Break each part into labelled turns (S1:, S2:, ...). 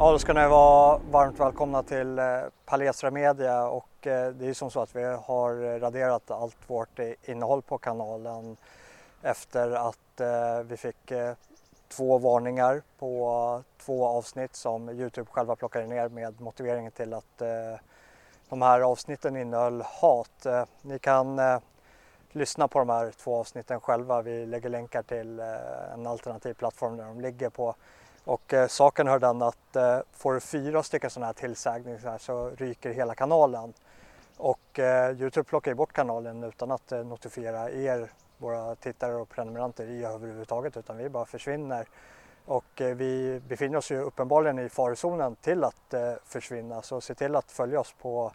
S1: Ja, då ska ni vara varmt välkomna till Palestra Media och det är ju som så att vi har raderat allt vårt innehåll på kanalen efter att vi fick 2 varningar på 2 avsnitt som YouTube själva plockade ner med motiveringen till att de här avsnitten innehöll hat. Ni kan lyssna på de här 2 avsnitten själva. Vi lägger länkar till en alternativ plattform där de ligger på. Och saken hör den att får du 4 stycken sådana här tillsägningar så ryker hela kanalen. Och YouTube plockar ju bort kanalen utan att notifiera er, våra tittare och prenumeranter i överhuvudtaget, utan vi bara försvinner. Och vi befinner oss ju uppenbarligen i farozonen till att försvinna, så se till att följa oss på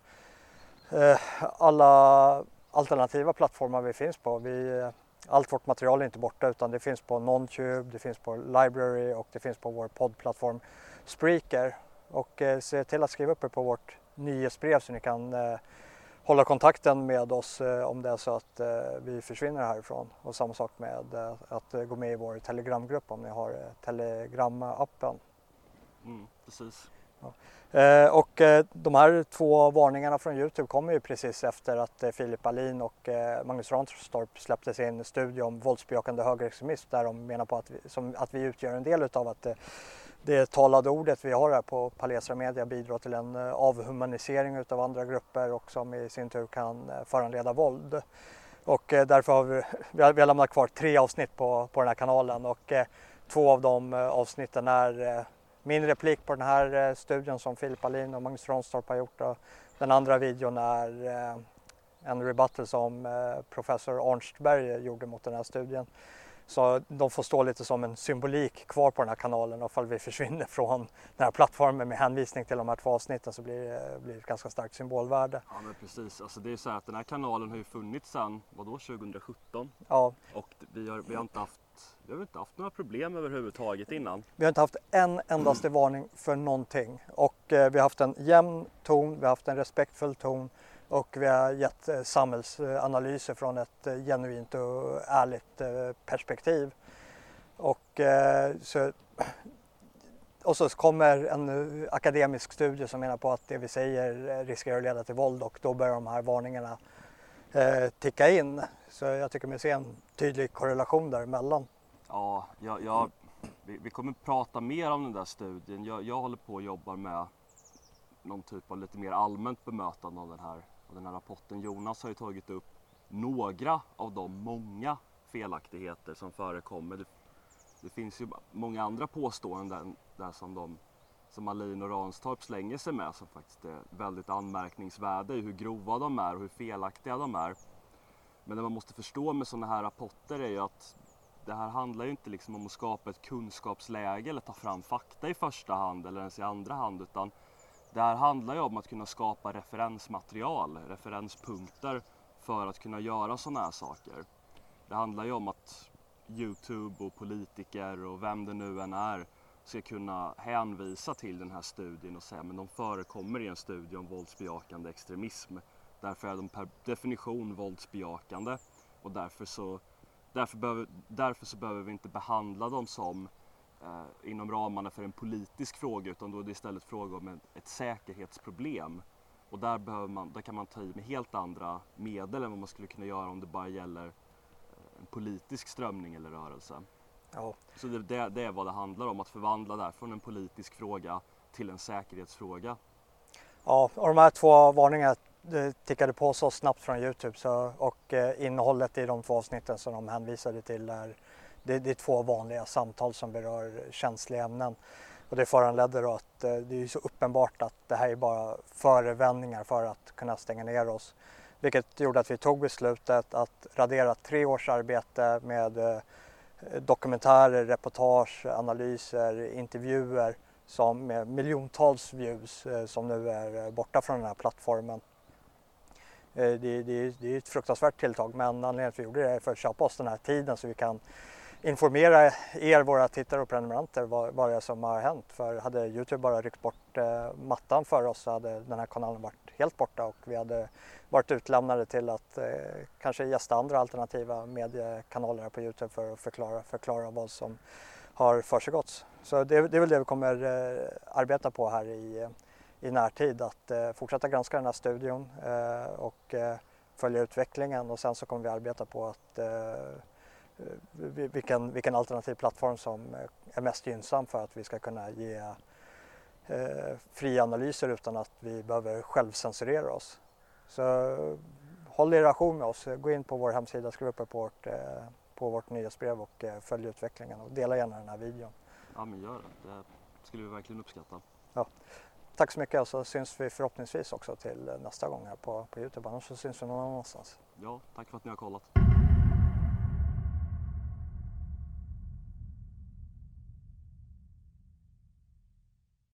S1: alla alternativa plattformar vi finns på. Allt vårt material är inte borta utan det finns på Nontube, det finns på Library och det finns på vår poddplattform Spreaker. Och se till att skriva upp er på vårt nyhetsbrev så ni kan hålla kontakten med oss om det är så att vi försvinner härifrån. Och samma sak med att gå med i vår Telegramgrupp om ni har Telegram-appen.
S2: Precis.
S1: Ja. Och de här 2 varningarna från YouTube kommer ju precis efter att Filip Alin och Magnus Ranstorp släppte sin studie om våldsbejakande högerextremism där de menar på att vi utgör en del utav att det talade ordet vi har här på Palestra Media bidrar till en avhumanisering utav andra grupper och som i sin tur kan föranleda våld. Och därför har vi har lämnat kvar 3 avsnitt på den här kanalen och 2 av de avsnitten är min replik på den här studien som Filip Alin och Magnus Ranstorp har gjort. Och den andra videon är en rebuttal som professor Arnstberg gjorde mot den här studien. Så de får stå lite som en symbolik kvar på den här kanalen och ifall vi försvinner från den här plattformen med hänvisning till de här 2 avsnitten så blir det ett ganska starkt symbolvärde.
S2: Ja men precis, alltså det är så här att den här kanalen har ju funnits sedan, 2017?
S1: Ja.
S2: Och vi har inte haft några problem överhuvudtaget innan.
S1: Vi har inte haft en endaste varning för någonting och vi har haft en jämn ton, vi har haft en respektfull ton och vi har gett samhällsanalyser från ett genuint och ärligt perspektiv. Och så kommer en akademisk studie som menar på att det vi säger riskerar att leda till våld och då börjar de här varningarna ticka in. Så jag tycker man ser en tydlig korrelation däremellan.
S2: Ja, vi kommer prata mer om den där studien. Jag håller på och jobbar med någon typ av lite mer allmänt bemötande av den här rapporten. Jonas har ju tagit upp några av de många felaktigheter som förekommer. Det finns ju många andra påståenden där som Alin och Ranstorp slänger sig med som faktiskt är väldigt anmärkningsvärda i hur grova de är och hur felaktiga de är. Men det man måste förstå med sådana här rapporter är ju att det här handlar ju inte liksom om att skapa ett kunskapsläge eller ta fram fakta i första hand eller ens i andra hand, utan det här handlar ju om att kunna skapa referensmaterial, referenspunkter för att kunna göra sådana här saker. Det handlar ju om att YouTube och politiker och vem det nu än är ska kunna hänvisa till den här studien och säga men de förekommer i en studie om våldsbejakande extremism. Därför är de per definition våldsbejakande och därför så behöver vi inte behandla dem som inom ramarna för en politisk fråga, utan då är det istället fråga om ett säkerhetsproblem. Och där kan man ta i med helt andra medel än vad man skulle kunna göra om det bara gäller en politisk strömning eller rörelse.
S1: Ja.
S2: Så det är vad det handlar om, att förvandla där från en politisk fråga till en säkerhetsfråga.
S1: Ja, och de här 2 varningarna tickade på så snabbt från YouTube och innehållet i de 2 avsnitten som de hänvisade till det är 2 vanliga samtal som berör känsliga ämnen. Och det föranledde då att det är så uppenbart att det här är bara förevändningar för att kunna stänga ner oss. Vilket gjorde att vi tog beslutet att radera 3 års arbete med dokumentärer, reportage, analyser, intervjuer som med miljontals views som nu är borta från den här plattformen. Det är ett fruktansvärt tilltag, men anledningen till att vi gjorde det är för att köpa oss den här tiden så vi kan informera er, våra tittare och prenumeranter, vad det är som har hänt. För hade YouTube bara ryckt bort mattan för oss så hade den här kanalen varit helt borta och vi hade varit utlämnade till att kanske gästa andra alternativa mediekanaler på YouTube för att förklara har försiggått. Så det är väl det vi kommer arbeta på här i närtid, att fortsätta granska den här studion och följa utvecklingen, och sen så kommer vi arbeta på att vilken alternativ plattform som är mest gynnsam för att vi ska kunna ge fria analyser utan att vi behöver självcensurera oss. Så håll er i relation med oss, gå in på vår hemsida, skriv upp rapport på vårt nyhetsbrev och följ utvecklingen, och dela gärna den här videon.
S2: Ja, men gör det. Det skulle vi verkligen uppskatta.
S1: Ja. Tack så mycket, och så syns vi förhoppningsvis också till nästa gång här på Youtube, annars så syns vi någon annanstans.
S2: Ja, tack för att ni har kollat.